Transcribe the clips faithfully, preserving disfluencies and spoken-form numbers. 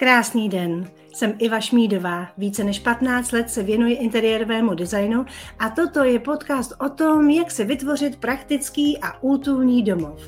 Krásný den, jsem Iva Šmídová, více než patnáct let se věnuji interiérovému designu a toto je podcast o tom, jak si vytvořit praktický a útulný domov.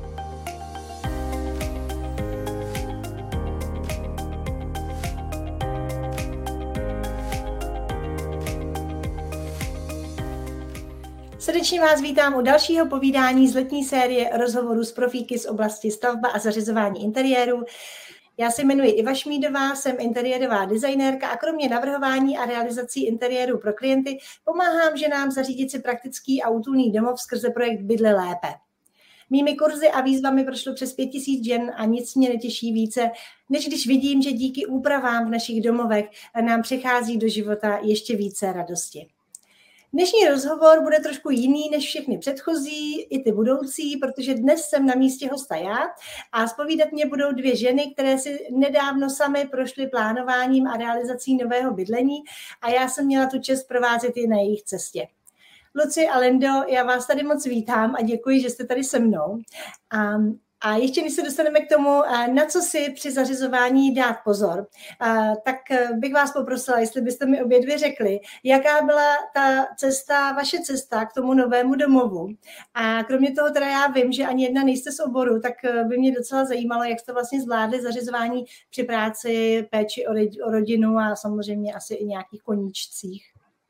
Srdečně vás vítám u dalšího povídání z letní série rozhovorů s profíky z oblasti stavba a zařizování interiéru. Já se jmenuji Iva Šmídová, jsem interiérová designérka a kromě navrhování a realizací interiéru pro klienty pomáhám ženám zařídit si praktický a útulný domov skrze projekt Bydli lépe. Mými kurzy a výzvami prošlo přes pět tisíc žen a nic mě netěší více, než když vidím, že díky úpravám v našich domovech nám přichází do života ještě více radosti. Dnešní rozhovor bude trošku jiný než všechny předchozí, i ty budoucí, protože dnes jsem na místě hosta já a zpovídat mě budou dvě ženy, které si nedávno samy prošly plánováním a realizací nového bydlení a já jsem měla tu čest provázet je na jejich cestě. Luci a Lindo, já vás tady moc vítám a děkuji, že jste tady se mnou. A A ještě než se dostaneme k tomu, na co si při zařizování dát pozor, tak bych vás poprosila, jestli byste mi obě dvě řekli, jaká byla ta cesta, vaše cesta k tomu novému domovu. A kromě toho teda já vím, že ani jedna nejste z oboru, tak by mě docela zajímalo, jak jste vlastně zvládli zařizování při práci, péči o rodinu a samozřejmě asi i nějakých koníčcích.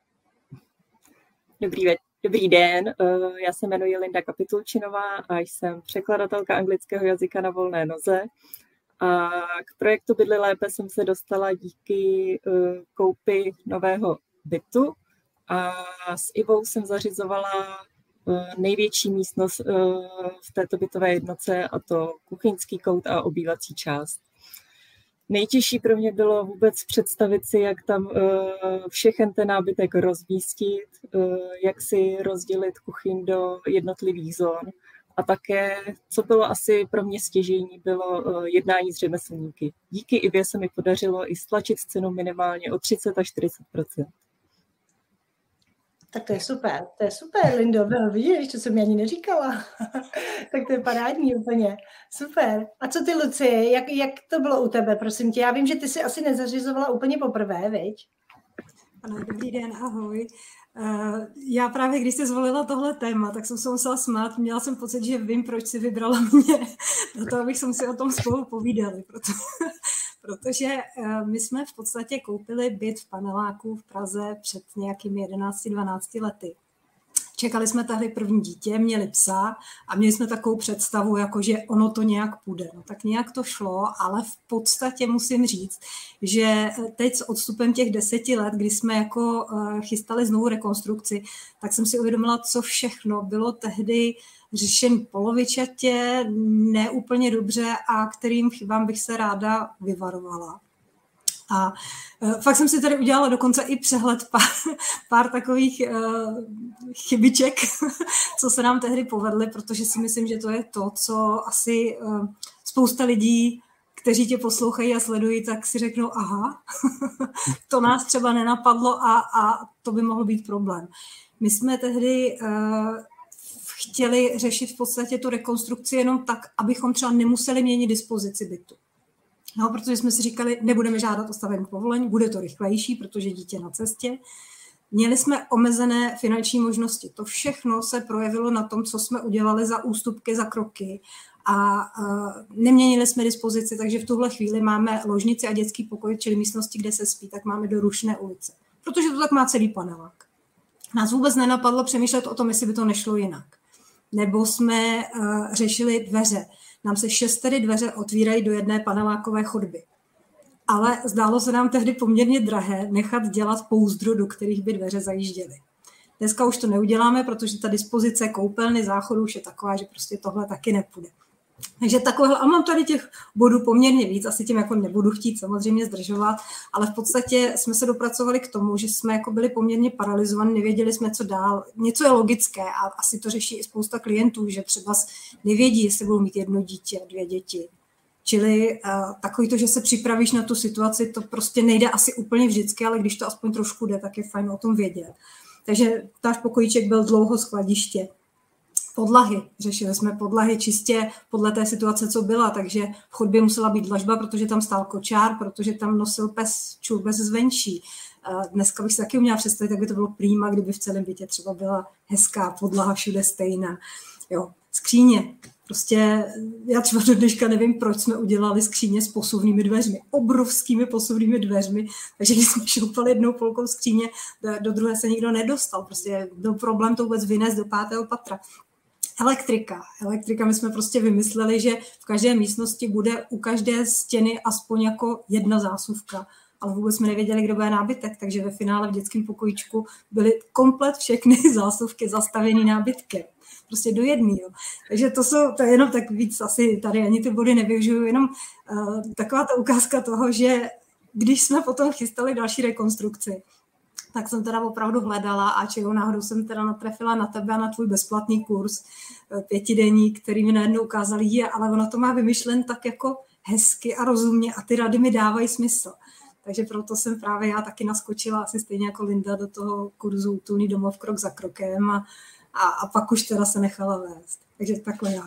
Dobrý večer. Dobrý den, já se jmenuji Linda Kapitulčinová a jsem překladatelka anglického jazyka na volné noze. A k projektu Bydli lépe jsem se dostala díky koupi nového bytu a s Ivou jsem zařizovala největší místnost v této bytové jednotce, a to kuchyňský kout a obývací část. Nejtěžší pro mě bylo vůbec představit si, jak tam uh, všechen ten nábytek rozmístit, uh, jak si rozdělit kuchyň do jednotlivých zón. A také, co bylo asi pro mě stěžejní, bylo uh, jednání s řemeslníky. Díky Ivě se mi podařilo i stlačit cenu minimálně o třicet až čtyřicet procent. Tak to je super, to je super, Lindo, no, vidíš, to jsem mi ani neříkala. Tak to je parádní úplně, super. A co ty, Luci, jak, jak to bylo u tebe, prosím tě? Já vím, že ty jsi asi nezařizovala úplně poprvé, viď? Ano, dobrý den, ahoj. Uh, já právě, když jsi zvolila tohle téma, tak jsem se musela smát. Měla jsem pocit, že vím, proč jsi vybrala mě, na to, abychom si o tom spolu povídali, proto, protože uh, my jsme v podstatě koupili byt v paneláku v Praze před nějakými jedenácti dvanácti lety. Čekali jsme tahdy první dítě, měli psa a měli jsme takovou představu, jako že ono to nějak půjde. No, tak nějak to šlo, ale v podstatě musím říct, že teď s odstupem těch deseti let, kdy jsme jako chystali znovu rekonstrukci, tak jsem si uvědomila, co všechno bylo tehdy řešen polovičatě, neúplně dobře a kterým chybám bych se ráda vyvarovala. A uh, fakt jsem si tady udělala dokonce i přehled pár, pár takových uh, chybiček, co se nám tehdy povedly, protože si myslím, že to je to, co asi uh, spousta lidí, kteří tě poslouchají a sledují, tak si řeknou, aha, to nás třeba nenapadlo a, a to by mohl být problém. My jsme tehdy uh, chtěli řešit v podstatě tu rekonstrukci jenom tak, abychom třeba nemuseli měnit dispozici bytu. No, protože jsme si říkali, nebudeme žádat o stavební povolení, bude to rychlejší, protože dítě na cestě. Měli jsme omezené finanční možnosti. To všechno se projevilo na tom, co jsme udělali za ústupky, za kroky a uh, neměnili jsme dispozici, takže v tuhle chvíli máme ložnici a dětský pokoj, čili místnosti, kde se spí, tak máme do Rušné ulice. Protože to tak má celý panelák. Nás vůbec nenapadlo přemýšlet o tom, jestli by to nešlo jinak. Nebo jsme uh, řešili dveře. Nám se šestery dveře otvírají do jedné panelákové chodby. Ale zdálo se nám tehdy poměrně drahé nechat dělat pouzdro, do kterých by dveře zajížděly. Dneska už to neuděláme, protože ta dispozice koupelny, záchodu už je taková, že prostě tohle taky nepůjde. Takže takové, a mám tady těch bodů poměrně víc, asi tím jako nebudu chtít samozřejmě zdržovat, ale v podstatě jsme se dopracovali k tomu, že jsme jako byli poměrně paralizovaní, nevěděli jsme, co dál. Něco je logické a asi to řeší i spousta klientů, že třeba nevědí, jestli budou mít jedno dítě, dvě děti. Čili uh, takový to, že se připravíš na tu situaci, to prostě nejde asi úplně vždycky, ale když to aspoň trošku jde, tak je fajn o tom vědět. Takže náš pokojíček byl dlouho skladiště. podlahy. Řešili jsme podlahy čistě podle té situace, co byla, takže v chodbě musela být dlažba, protože tam stál kočár, protože tam nosil pes čurbes zvenčí. Dneska bych si taky uměla představit, tak by to bylo prýma, kdyby v celém bytě třeba byla hezká podlaha, všude stejná. Jo, skříně. Prostě já třeba do dneška nevím, proč jsme udělali skříně s posuvnými dveřmi, obrovskými posuvnými dveřmi, takže když jsme šoupali jednou polkou skříně, do druhé se nikdo nedostal. Prostě byl problém to vůbec vynést do pátého patra. Elektrika. Elektrika, my jsme prostě vymysleli, že v každé místnosti bude u každé stěny aspoň jako jedna zásuvka, ale vůbec jsme nevěděli, kdo bude nábytek, takže ve finále v dětském pokojíčku byly komplet všechny zásuvky zastavený nábytkem. Prostě do jedný. Jo. Takže to jsou, to je jenom tak víc, asi tady ani ty body nevyužiju, jenom uh, taková ta ukázka toho, že když jsme potom chystali další rekonstrukci, tak jsem teda opravdu hledala a čeho náhodou jsem teda natrefila na tebe a na tvůj bezplatný kurz pětidenní, který mi najednou ukázali, je, ale ono to má vymyšlen tak jako hezky a rozumně a ty rady mi dávají smysl. Takže proto jsem právě já taky naskočila, asi stejně jako Linda, do toho kurzu Útulný domov krok za krokem a, a, a pak už teda se nechala vést. Takže takhle já.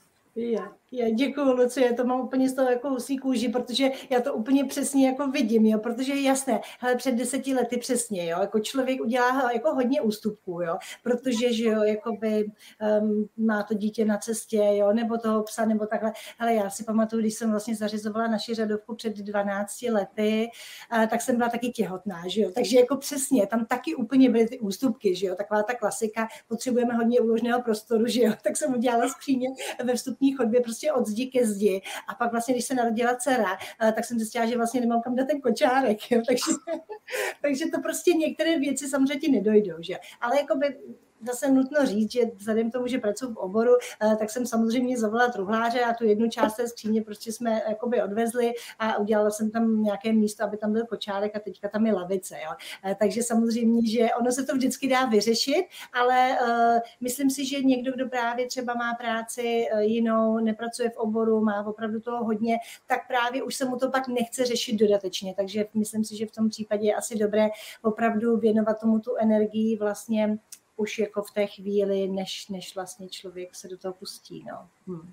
Já, já děkuju, Lucie, to mám úplně z toho jako husí kůži, protože já to úplně přesně jako vidím, jo, protože je jasné, hele, před deseti lety přesně, jo, jako člověk udělá jako hodně ústupků, jo, protože, že jo, jakoby um, má to dítě na cestě, jo, nebo toho psa, nebo takhle, ale já si pamatuju, když jsem vlastně zařizovala naši řadovku před dvanácti lety, uh, tak jsem byla taky těhotná, že jo, takže jako přesně, tam taky úplně byly ty ústupky, že jo, taková ta klasika, potřebujeme hodně úložného prostoru, že jo, tak jsem udělala skříně ve vstupní chodbě prostě od zdi ke zdi. A pak vlastně, když se narodila dcera, tak jsem zjistila, že vlastně nemám kam dát ten kočárek. Jo? Takže, takže to prostě některé věci samozřejmě ti nedojdou. Že? Ale jakoby zase nutno říct, že vzhledem k tomu, že pracuji v oboru, tak jsem samozřejmě zavolala truhláře a tu jednu část té skříně prostě jsme jakoby odvezli a udělala jsem tam nějaké místo, aby tam byl kočárek a teďka tam je lavice. Jo. Takže samozřejmě, že ono se to vždycky dá vyřešit, ale uh, myslím si, že někdo, kdo právě třeba má práci jinou, nepracuje v oboru, má opravdu toho hodně, tak právě už se mu to pak nechce řešit dodatečně. Takže myslím si, že v tom případě je asi dobré opravdu věnovat tomu tu energii vlastně už jako v té chvíli, než, než vlastně člověk se do toho pustí. No. Hmm.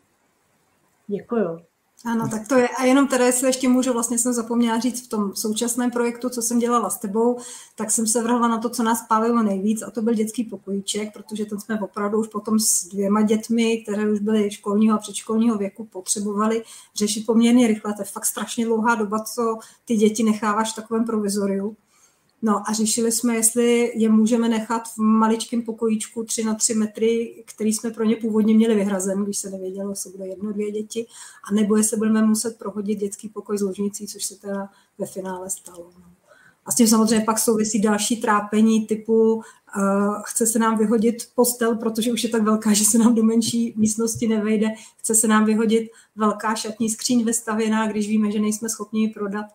Děkuju. Ano, tak to je. A jenom teda, jestli ještě můžu, vlastně jsem zapomněla říct v tom současném projektu, co jsem dělala s tebou, tak jsem se vrhla na to, co nás pálilo nejvíc, a to byl dětský pokojíček, protože ten jsme opravdu už potom s dvěma dětmi, které už byly školního a předškolního věku, potřebovali řešit poměrně rychle. To je fakt strašně dlouhá doba, co ty děti necháváš v takovém provizoriu. No a řešili jsme, jestli je můžeme nechat v maličkém pokojíčku tři na tři metry, který jsme pro ně původně měli vyhrazen, když se nevědělo, jestli bude jedno, dvě děti, a nebo jestli budeme muset prohodit dětský pokoj s ložnicí, což se teda ve finále stalo. No. A s tím samozřejmě pak souvisí další trápení typu uh, chce se nám vyhodit postel, protože už je tak velká, že se nám do menší místnosti nevejde, chce se nám vyhodit velká šatní skříň vestavěná, když víme, že nejsme schopni ji prodat.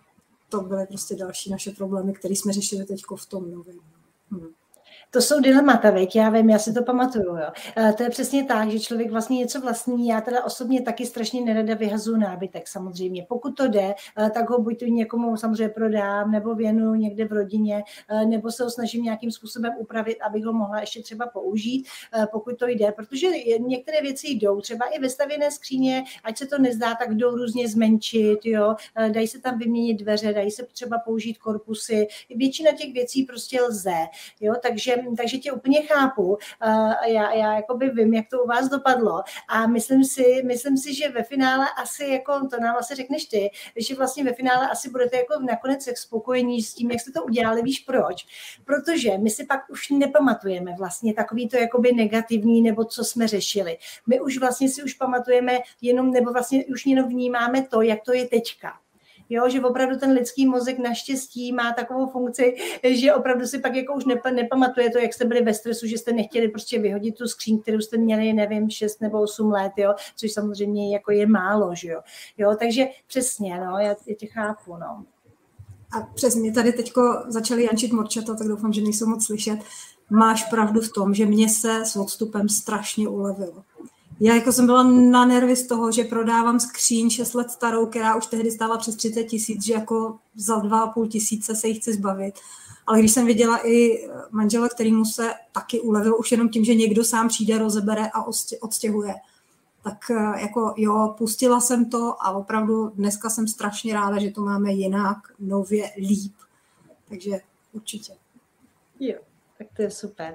To byly prostě další naše problémy, které jsme řešili teď v tom novém. Hmm. To jsou dilemata, veď, já vím, já si to pamatuju. Jo. To je přesně tak, že člověk vlastně něco vlastní, já teda osobně taky strašně nerada vyhazuju nábytek samozřejmě. Pokud to jde, tak ho buď to někomu samozřejmě prodám, nebo věnu někde v rodině, nebo se ho snažím nějakým způsobem upravit, abych ho mohla ještě třeba použít, pokud to jde, protože některé věci jdou, třeba i vestavěné skříně, ať se to nezdá, tak jdou různě zmenšit, jo. Dají se tam vyměnit dveře, dají se třeba použít korpusy, většina těch věcí prostě lze, jo, takže Takže tě úplně chápu. Já, já jakoby vím, jak to u vás dopadlo, a myslím si, myslím si, že ve finále asi, jako, to nám asi řekneš ty, že vlastně ve finále asi budete jako nakonec spokojení s tím, jak jste to udělali, víš proč? Protože my si pak už nepamatujeme vlastně takový to jakoby negativní, nebo co jsme řešili. My už vlastně si už pamatujeme jenom, nebo vlastně už jenom vnímáme to, jak to je teďka. Jo, že opravdu ten lidský mozek naštěstí má takovou funkci, že opravdu si pak jako už nepa, nepamatuje to, jak jste byli ve stresu, že jste nechtěli prostě vyhodit tu skříň, kterou jste měli, nevím, šest nebo osm let, jo, což samozřejmě jako je málo, že jo. Jo, takže přesně, no, já, já tě chápu, no. A přesně, tady teďko začali jančit morčata, tak doufám, že nejsou moc slyšet. Máš pravdu v tom, že mě se s odstupem strašně ulevilo. Já jako jsem byla na nervy z toho, že prodávám skříň šest let starou, která už tehdy stála přes třicet tisíc, že jako za dva a půl tisíce se jí chci zbavit. Ale když jsem viděla i manžela, kterýmu se taky ulevil už jenom tím, že někdo sám přijde, rozebere a odstěhuje, tak jako jo, pustila jsem to a opravdu dneska jsem strašně ráda, že to máme jinak, nově, líp. Takže určitě. Jo, tak to je super.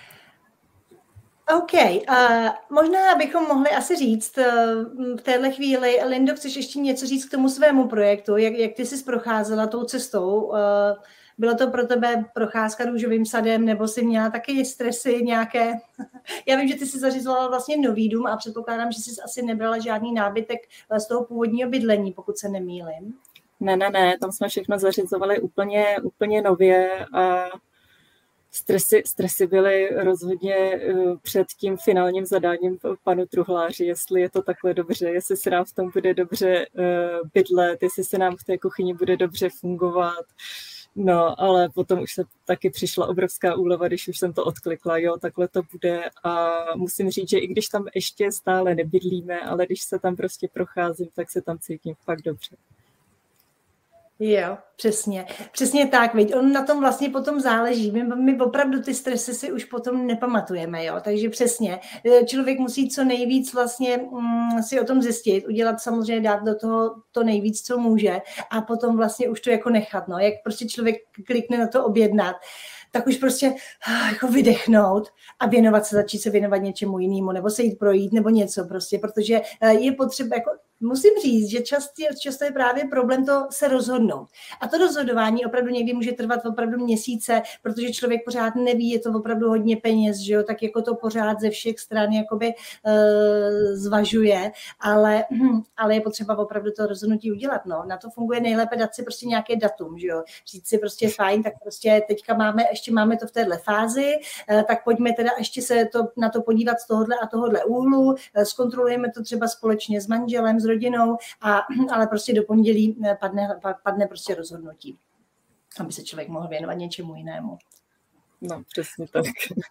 OK, uh, možná bychom mohli asi říct uh, v téhle chvíli, Lindo, chceš ještě něco říct k tomu svému projektu, jak, jak ty jsi procházela tou cestou? Uh, bylo to pro tebe procházka růžovým sadem, nebo jsi měla taky stresy nějaké? Já vím, že ty jsi zařizovala vlastně nový dům a předpokládám, že jsi asi nebrala žádný nábytek z toho původního bydlení, pokud se nemýlim. Ne, ne, ne, tam jsme všechno zařizovali úplně, úplně nově a Stresy, stresy byly rozhodně před tím finálním zadáním panu truhláři, jestli je to takhle dobře, jestli se nám v tom bude dobře bydlet, jestli se nám v té kuchyni bude dobře fungovat. No, ale potom už se taky přišla obrovská úleva, když už jsem to odklikla, jo, takhle to bude a musím říct, že i když tam ještě stále nebydlíme, ale když se tam prostě procházím, tak se tam cítím fakt dobře. Jo, přesně. Přesně tak, viď. On na tom vlastně potom záleží. My, my opravdu ty stresy si už potom nepamatujeme, jo. Takže přesně. Člověk musí co nejvíc vlastně mm, si o tom zjistit, udělat samozřejmě, dát do toho to nejvíc, co může a potom vlastně už to jako nechat, no. Jak prostě člověk klikne na to objednat, tak už prostě jako vydechnout a věnovat se, začít se věnovat něčemu jinému, nebo se jít projít, nebo něco prostě, protože je potřeba, jako musím říct, že často, často je právě problém to se rozhodnout. A to rozhodování opravdu někdy může trvat opravdu měsíce, protože člověk pořád neví, je to opravdu hodně peněz, že jo, tak jako to pořád ze všech stran jakoby uh, zvažuje, ale, ale je potřeba opravdu to rozhodnutí udělat, no. Na to funguje nejlépe dát si prostě nějaké datum, že jo. Říct si prostě fajn, tak prostě teďka máme, ještě máme to v téhle fázi, uh, tak pojďme teda ještě se to, na to podívat z tohohle a tohohle úhlu, uh, zkontrolujeme to třeba společně s manželem, s rodinou, a, ale prostě do pondělí padne, padne prostě rozhodnutí, aby se člověk mohl věnovat něčemu jinému. No, přesně tak.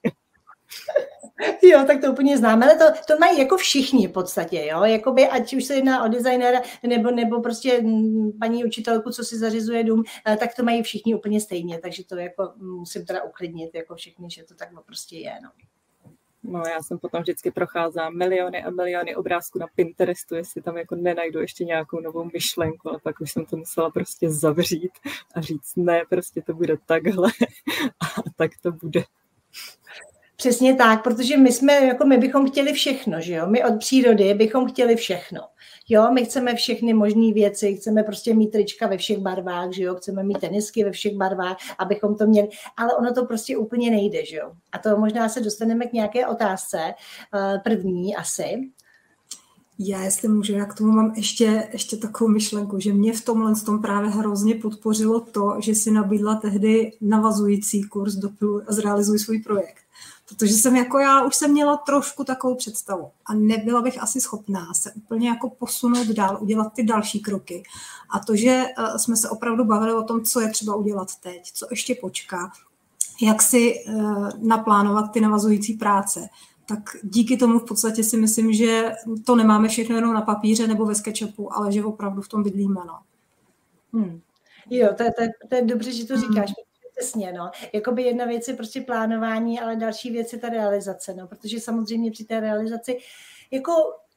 Jo, tak to úplně znám, ale to, to mají jako všichni v podstatě, jo, jakoby, ať už se jedná o designéra, nebo, nebo prostě paní učitelku, co si zařizuje dům, tak to mají všichni úplně stejně, takže to jako musím teda uklidnit, jako všichni, že to tak prostě je, no. No, já jsem potom vždycky procházela miliony a miliony obrázků na Pinterestu, jestli tam jako nenajdu ještě nějakou novou myšlenku, ale pak už jsem to musela prostě zavřít a říct, ne, prostě to bude takhle a tak to bude. Přesně tak, protože my jsme, jako my bychom chtěli všechno, že jo, my od přírody bychom chtěli všechno, jo, my chceme všechny možné věci, chceme prostě mít trička ve všech barvách, že jo, chceme mít tenisky ve všech barvách, abychom to měli, ale ono to prostě úplně nejde, že jo, a to možná se dostaneme k nějaké otázce, první asi. Já, jestli můžu, já k tomu mám ještě, ještě takovou myšlenku, že mě v tomhle tom právě hrozně podpořilo to, že si nabídla tehdy navazující kurz Dopiluj a zrealizuj svůj projekt. Protože jsem jako já už jsem měla trošku takovou představu a nebyla bych asi schopná se úplně jako posunout dál, udělat ty další kroky. A to, že jsme se opravdu bavili o tom, co je třeba udělat teď, co ještě počká, jak si naplánovat ty navazující práce, tak díky tomu v podstatě si myslím, že to nemáme všechno jenom na papíře nebo ve SketchUpu, ale že opravdu v tom bydlíme. No. Hmm. Jo, to je, to, je, to je dobře, že to říkáš. Hmm. Přesně, no. Jakoby jedna věc je prostě plánování, ale další věc je ta realizace, no, protože samozřejmě při té realizaci jako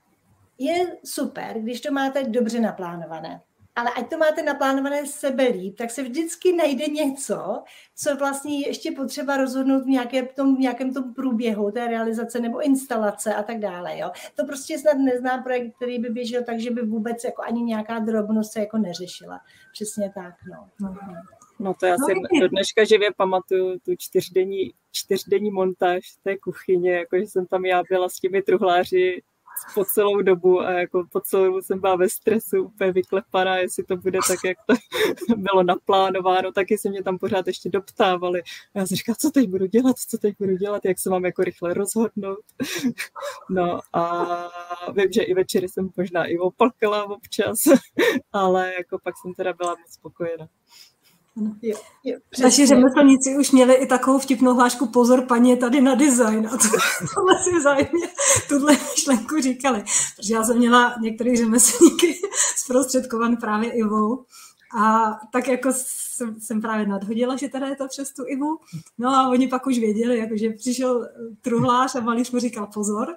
je super, když to máte dobře naplánované. Ale ať to máte naplánované sebe líp, tak se vždycky najde něco, co vlastně je ještě potřeba rozhodnout v nějakém tom, v nějakém tom průběhu té realizace nebo instalace a tak dále. Jo. To prostě snad neznám projekt, který by běžel tak, že by vůbec jako ani nějaká drobnost se jako neřešila. Přesně tak, no. Mhm. No to já si do dneška živě pamatuju tu čtyřdenní, čtyřdenní montáž té kuchyně, jakože jsem tam já byla s těmi truhláři po celou dobu a jako po celou dobu jsem byla ve stresu, úplně vyklepaná, jestli to bude tak, jak to bylo naplánováno, taky se mě tam pořád ještě doptávali. A já jsem říkala, co teď budu dělat, co teď budu dělat, jak se mám jako rychle rozhodnout. No a vím, že i večery jsem možná i oplakala občas, ale jako pak jsem teda byla moc spokojená. Jo, jo, naši řemeslníci už měli i takovou vtipnou hlášku pozor, paní je tady na design. A to, tohle si vzájemně tuhle myšlenku říkali. Protože já jsem měla některé řemeslníky zprostředkovan právě Ivou. A tak jako jsem, jsem právě nadhodila, že teda je to přes tu Ivu. No a oni pak už věděli, jakože přišel truhlář a malíř mu říkal pozor.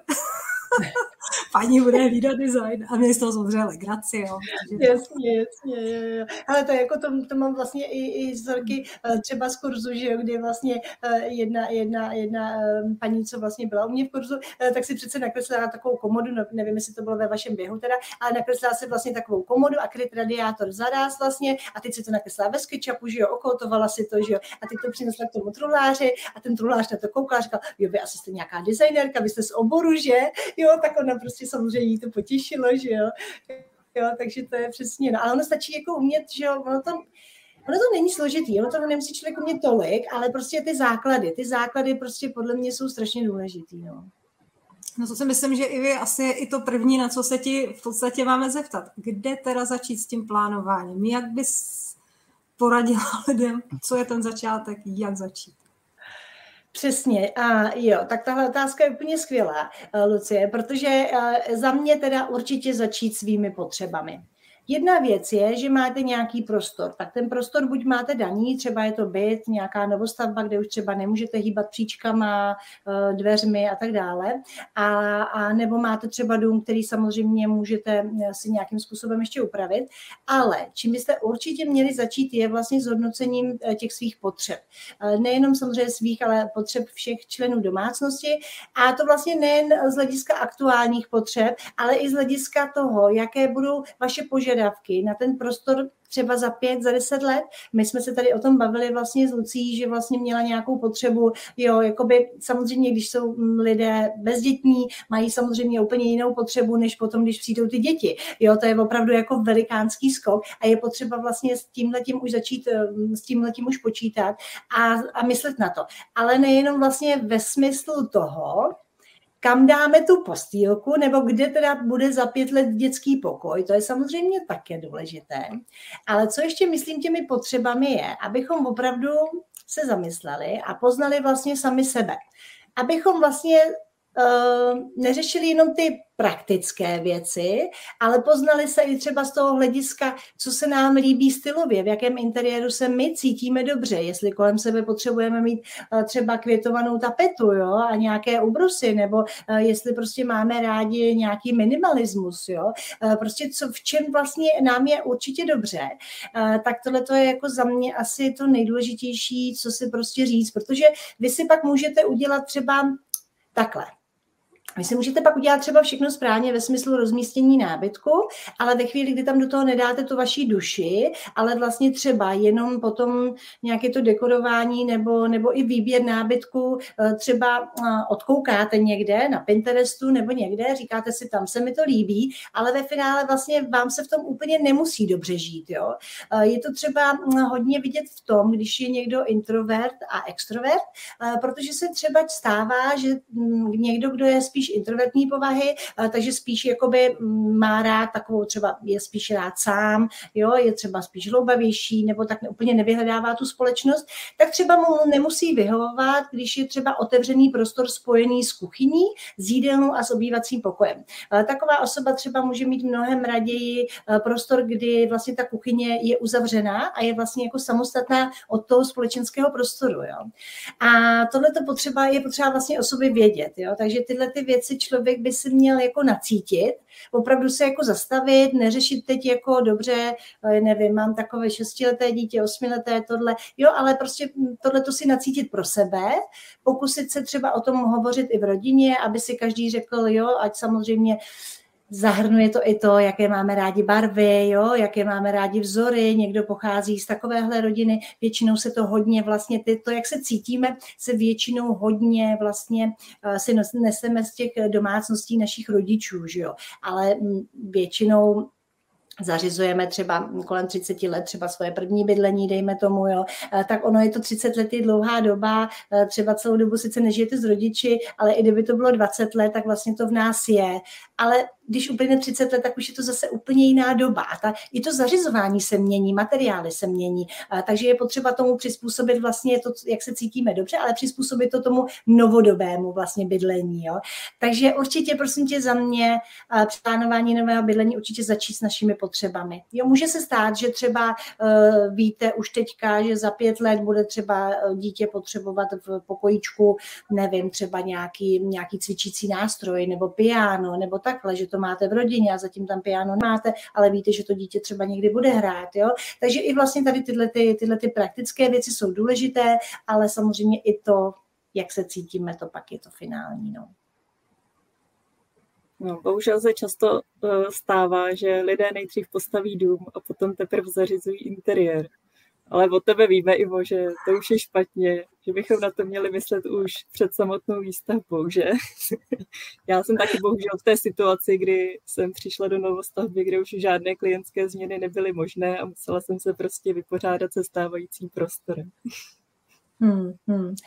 Paní bude hlídat design a mě z toho samozřejmě legraci, jo. Jasně, jasně, jo, jo. Ale to, jako to, to mám vlastně i, i vzorky třeba z kurzu, že jo, kdy vlastně jedna, jedna, jedna paní, co vlastně byla u mě v kurzu, tak si přece nakreslila takovou komodu, no, nevím, jestli to bylo ve vašem běhu teda, ale nakreslila si vlastně takovou komodu a kryt radiátor zaráz vlastně a teď si to nakreslila ve SketchUpu, že jo, okoutovala si to, že jo, a teď to přinesla k tomu truhláři a ten truhlář na to koukal a říkal, jo, vy asi jste nějaká designérka, vy jste z oboru, že? Jo, tak ona prostě samozřejmě jí to potěšilo, že jo. Jo, takže to je přesně, no, ale ono stačí jako umět, že jo, ono to, ono to není složitý, ono to nemusí člověk umět tolik, ale prostě ty základy, ty základy prostě podle mě jsou strašně důležitý, no. No to si myslím, že i vy asi je i to první, na co se ti v podstatě máme zeptat. Kde teda začít s tím plánováním? Jak bys poradila lidem, co je ten začátek, jak začít? Přesně, a jo, tak tahle otázka je úplně skvělá, Lucie, protože za mě teda určitě začít svými potřebami. Jedna věc je, že máte nějaký prostor, tak ten prostor buď máte daný, třeba je to byt, nějaká novostavba, kde už třeba nemůžete hýbat příčkama, dveřmi a tak dále, a, a nebo máte třeba dům, který samozřejmě můžete si nějakým způsobem ještě upravit, ale čím byste určitě měli začít je vlastně zhodnocením těch svých potřeb. Nejenom samozřejmě svých, ale potřeb všech členů domácnosti a to vlastně nejen z hlediska aktuálních potřeb, ale i z hlediska toho, jaké budou vaše požadavky na ten prostor třeba za pět, za deset let. My jsme se tady o tom bavili vlastně s Lucí, že vlastně měla nějakou potřebu, jo, jakoby samozřejmě, když jsou lidé bezdětní, mají samozřejmě úplně jinou potřebu, než potom, když přijdou ty děti. Jo, to je opravdu jako velikánský skok a je potřeba vlastně s tímhletím už začít, s tímhletím už počítat a, a myslet na to. Ale nejenom vlastně ve smyslu toho, kam dáme tu postýlku, nebo kde teda bude za pět let dětský pokoj, to je samozřejmě také důležité. Ale co ještě myslím těmi potřebami je, abychom opravdu se zamysleli a poznali vlastně sami sebe. Abychom vlastně uh, neřešili jenom ty praktické věci, ale poznali se i třeba z toho hlediska, co se nám líbí stylově, v jakém interiéru se my cítíme dobře, jestli kolem sebe potřebujeme mít třeba květovanou tapetu, jo, a nějaké ubrusy, nebo jestli prostě máme rádi nějaký minimalismus, jo, prostě co, v čem vlastně nám je určitě dobře, tak tohle to je jako za mě asi to nejdůležitější, co si prostě říct, protože vy si pak můžete udělat třeba takhle. Vy si můžete pak udělat třeba všechno správně ve smyslu rozmístění nábytku, ale ve chvíli, kdy tam do toho nedáte tu vaši duši, ale vlastně třeba jenom potom nějaké to dekorování nebo, nebo i výběr nábytku třeba odkoukáte někde na Pinterestu nebo někde, říkáte si, tam se mi to líbí, ale ve finále vlastně vám se v tom úplně nemusí dobře žít. Jo? Je to třeba hodně vidět v tom, když je někdo introvert a extrovert, protože se třeba stává, že někdo, kdo je spíš introvertní povahy, takže spíš jakoby má rád takovou, třeba je spíš rád sám, jo, je třeba spíš hloubavější, nebo tak úplně nevyhledává tu společnost, tak třeba mu nemusí vyhovovat, když je třeba otevřený prostor spojený s kuchyní, s jídelnou a s obývacím pokojem. Taková osoba třeba může mít mnohem raději prostor, kdy vlastně ta kuchyně je uzavřená a je vlastně jako samostatná od toho společenského prostoru, jo. A tohle to potřeba, je potřeba vlastně o sobě vědět, jo, takže tyhle ty věci člověk by si měl jako nacítit, opravdu se jako zastavit, neřešit teď jako dobře, nevím, mám takové šestileté dítě, osmileté, tohle, jo, ale prostě tohle to si nacítit pro sebe, pokusit se třeba o tom hovořit i v rodině, aby si každý řekl, jo, ať samozřejmě zahrnuje to i to, jaké máme rádi barvy, jo, jaké máme rádi vzory, někdo pochází z takovéhle rodiny, většinou se to hodně vlastně, ty, to, jak se cítíme, se většinou hodně vlastně si neseme z těch domácností našich rodičů, že jo, ale většinou zařizujeme třeba kolem třicet let třeba svoje první bydlení, dejme tomu, jo, tak ono je to třicet let, je dlouhá doba, třeba celou dobu sice nežijete s rodiči, ale i kdyby to bylo dvacet let, tak vlastně to v nás je, ale když uplyne třicet let, tak už je to zase úplně jiná doba. A ta, i to zařizování se mění, materiály se mění, a, takže je potřeba tomu přizpůsobit vlastně to, jak se cítíme dobře, ale přizpůsobit to tomu novodobému vlastně bydlení. Jo. Takže určitě, prosím tě, za mě při plánování nového bydlení určitě začít s našimi potřebami. Jo, může se stát, že třeba uh, víte už teďka, že za pět let bude třeba dítě potřebovat v pokojíčku, nevím, třeba nějaký, nějaký cvičící nástroj nebo piano, nebo takhle, že to máte v rodině a zatím tam piano nemáte, ale víte, že to dítě třeba někdy bude hrát. Jo? Takže i vlastně tady tyhle, ty, tyhle ty praktické věci jsou důležité, ale samozřejmě i to, jak se cítíme, to pak je to finální. No. No, bohužel se často uh, stává, že lidé nejdřív postaví dům a potom teprve zařizují interiér. Ale od tebe víme, Ivo, že to už je špatně, že bychom na to měli myslet už před samotnou výstavbou, že? Já jsem taky bohužel v té situaci, kdy jsem přišla do novostavby, kde už žádné klientské změny nebyly možné a musela jsem se prostě vypořádat se stávajícím prostorem. Hmm, hmm.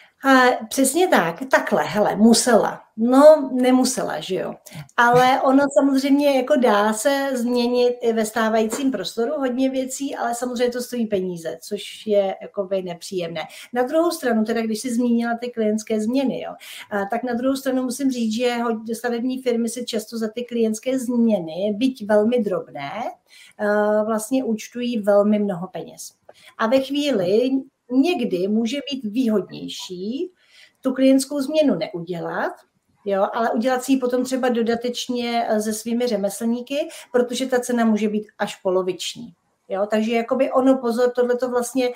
A přesně tak, takhle, hele, musela. No, nemusela, že jo. Ale ono samozřejmě jako dá se změnit i ve stávajícím prostoru hodně věcí, ale samozřejmě to stojí peníze, což je jakoby nepříjemné. Na druhou stranu, teda když jsi zmínila ty klientské změny, jo, tak na druhou stranu musím říct, že stavební firmy si často za ty klientské změny, byť velmi drobné, vlastně účtují velmi mnoho peněz. A ve chvíli někdy může být výhodnější tu klientskou změnu neudělat, jo, ale udělat si ji potom třeba dodatečně se svými řemeslníky, protože ta cena může být až poloviční. Jo, takže jakoby ono, pozor, tohleto vlastně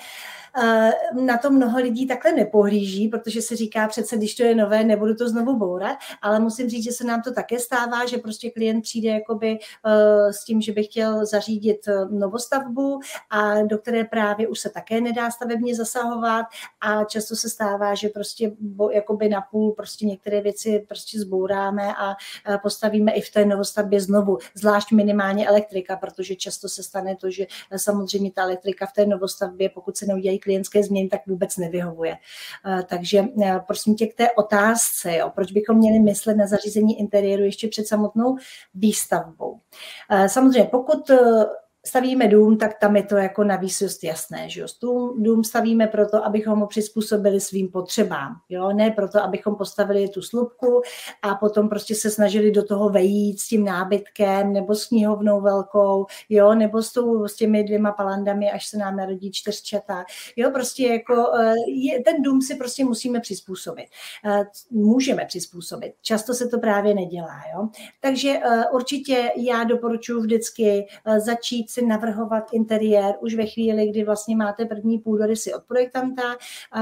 na to mnoho lidí takhle nepohlíží, protože se říká přece, když to je nové, nebudu to znovu bourat, ale musím říct, že se nám to také stává, že prostě klient přijde jakoby s tím, že by chtěl zařídit novostavbu a do které právě už se také nedá stavebně zasahovat a často se stává, že prostě jakoby napůl prostě některé věci prostě zbouráme a postavíme i v té novostavbě znovu, zvlášť minimálně elektrika, protože často se stane to, že samozřejmě ta elektrika v té novostavbě, pokud se neudělají klientské změny, tak vůbec nevyhovuje. Takže prosím tě k té otázce, jo, proč bychom měli myslet na zařízení interiéru ještě před samotnou výstavbou. Samozřejmě, pokud stavíme dům, tak tam je to jako na výsost jasné. Že jo? Dům, dům stavíme proto, abychom ho přizpůsobili svým potřebám. Jo? Ne proto, abychom postavili tu slupku a potom prostě se snažili do toho vejít s tím nábytkem nebo s knihovnou velkou, jo? Nebo s, tou, s těmi dvěma palandami, až se nám narodí čtyřčata. Jo? Prostě jako, je, ten dům si prostě musíme přizpůsobit. Můžeme přizpůsobit. Často se to právě nedělá. Jo? Takže určitě já doporučuji vždycky začít si navrhovat interiér už ve chvíli, kdy vlastně máte první půdorysy od projektanta.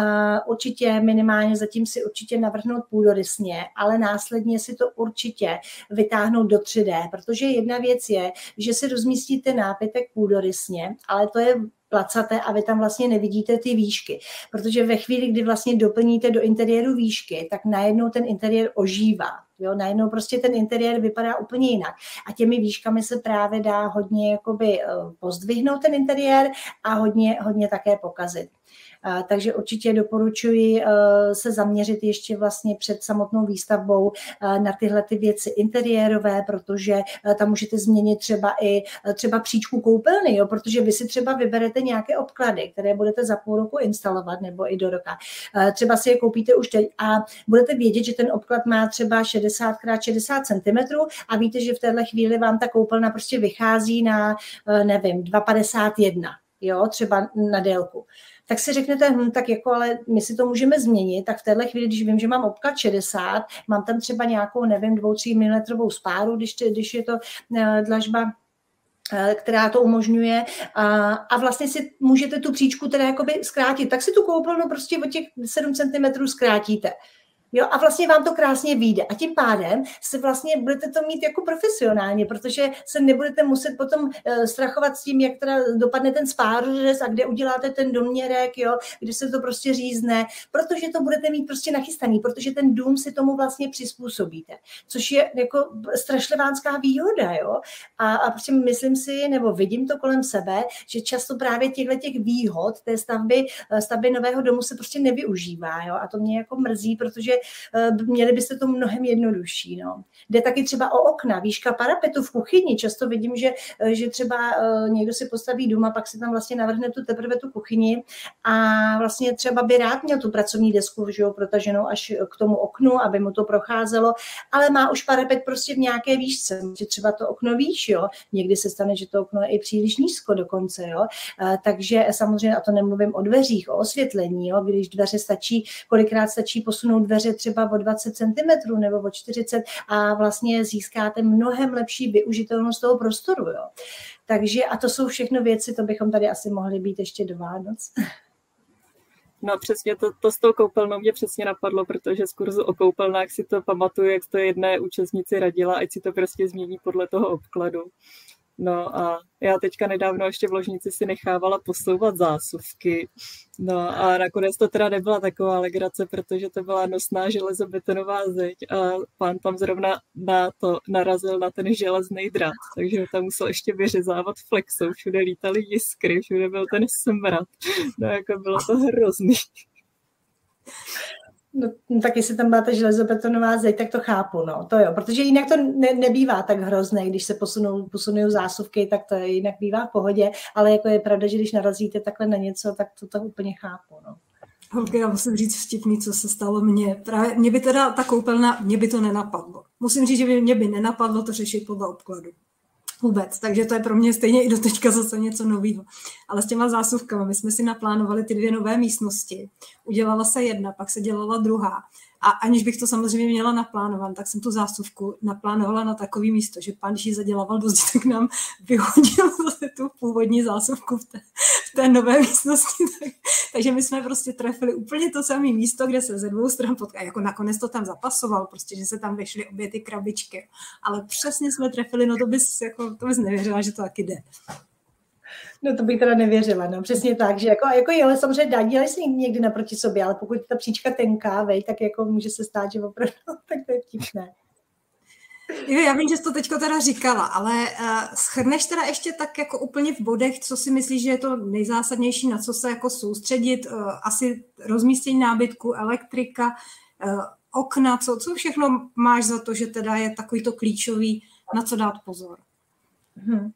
Určitě minimálně zatím si určitě navrhnout půdorysně, ale následně si to určitě vytáhnout do tři dé, protože jedna věc je, že si rozmístíte nábytek půdorysně, ale to je placaté a vy tam vlastně nevidíte ty výšky, protože ve chvíli, kdy vlastně doplníte do interiéru výšky, tak najednou ten interiér ožívá. Jo, najednou prostě ten interiér vypadá úplně jinak. A těmi výškami se právě dá hodně jakoby pozdvihnout ten interiér a hodně, hodně také pokazit. Takže určitě doporučuji se zaměřit ještě vlastně před samotnou výstavbou na tyhle ty věci interiérové, protože tam můžete změnit třeba i třeba příčku koupelny, jo, protože vy si třeba vyberete nějaké obklady, které budete za půl roku instalovat nebo i do roka. Třeba si je koupíte už teď a budete vědět, že ten obklad má třeba šedesát krát šedesát centimetrů a víte, že v téhle chvíli vám ta koupelna prostě vychází na, nevím, dva padesát jedna, jo, třeba na délku. Tak si řeknete, hm, tak jako, ale my si to můžeme změnit, tak v téhle chvíli, když vím, že mám obklad šedesát, mám tam třeba nějakou, nevím, dvou, tří milimetrovou spáru, když, když je to uh, dlažba, uh, která to umožňuje a, a vlastně si můžete tu příčku teda jakoby zkrátit, tak si tu koupelnu prostě o těch sedm centimetrů zkrátíte. Jo, a vlastně vám to krásně vyjde. A tím pádem se vlastně budete to mít jako profesionálně, protože se nebudete muset potom uh, strachovat s tím, jak teda dopadne ten spářez a kde uděláte ten doměrek, jo, kde se to prostě řízne, protože to budete mít prostě nachystaný, protože ten dům si tomu vlastně přizpůsobíte, což je jako strašlivánská výhoda, jo. A, a prostě myslím si, nebo vidím to kolem sebe, že často právě těchto těch výhod té stavby, stavby nového domu se prostě nevyužívá, jo. A to mě jako mrzí, protože měli byste to mnohem jednodušší. No. Jde taky třeba o okna, výška parapetu v kuchyni. Často vidím, že, že třeba někdo si postaví dům a pak si tam vlastně navrhne tu teprve tu kuchyni a vlastně třeba by rád měl tu pracovní desku, že jo, protaženou až k tomu oknu, aby mu to procházelo, ale má už parapet prostě v nějaké výšce, že třeba to okno výš, jo. Někdy se stane, že to okno je i příliš nízko dokonce, jo. Takže samozřejmě, a to nemluvím o dveřích, o osvětlení, jo, když dveře stačí, kolikrát stačí posunout dveře třeba o dvacet centimetrů nebo o čtyřicet a vlastně získáte mnohem lepší využitelnost toho prostoru, jo. Takže a to jsou všechno věci, to bychom tady asi mohli být ještě do Vánoc. No přesně to, to s tou koupelnou mě přesně napadlo, protože z kurzu o koupelnách si to pamatuju, jak to jedné účastnici radila, ať si to prostě změní podle toho obkladu. No a já teďka nedávno ještě v ložnici si nechávala posouvat zásuvky. No a nakonec to teda nebyla taková legrace, protože to byla nosná železobetonová zeď a pán tam zrovna na to narazil na ten železný drát, takže ho tam musel ještě vyřezávat flexou, všude lítaly jiskry, všude byl ten smrad. No jako bylo to hrozný. No, tak jestli tam byla ta železobetonová zeď, tak to chápu, no, to jo, protože jinak to ne, nebývá tak hrozné, když se posunou, posunou zásuvky, tak to jinak bývá v pohodě, ale jako je pravda, že když narazíte takhle na něco, tak to, to úplně chápu, no. Holky, já musím říct vtipný, co se stalo mně. Právě mě by teda ta koupelna, mě by to nenapadlo. Musím říct, že by mě by nenapadlo to řešit podle obkladu. Vůbec, takže to je pro mě stejně i do teďka zase něco nového. Ale s těma zásuvkama, my jsme si naplánovali ty dvě nové místnosti. Udělala se jedna, pak se dělala druhá. A aniž bych to samozřejmě měla naplánovat, tak jsem tu zásuvku naplánovala na takový místo, že pan, když ji zadělával do zdi, tak nám vyhodil zase tu původní zásuvku v té, v té nové místnosti. Tak, takže my jsme prostě trefili úplně to samé místo, kde se ze dvou stran potká. Jako nakonec to tam zapasoval, prostě, že se tam vešly obě ty krabičky. Ale přesně jsme trefili, no to bys, jako, to bys nevěřila, že to taky jde. No to bych teda nevěřila, no přesně tak, že jako, jako je, ale samozřejmě dá, dělají se někdy naproti sobě, ale pokud ta příčka tenká, vej, tak jako může se stát, že opravdu, tak to je vtipné. Jo, já vím, že jsi to teďko teda říkala, ale uh, shrneš teda ještě tak jako úplně v bodech, co si myslíš, že je to nejzásadnější, na co se jako soustředit, uh, asi rozmístění nábytku, elektrika, uh, okna, co, co všechno máš za to, že teda je takový to klíčový, na co dát pozor? Hmm.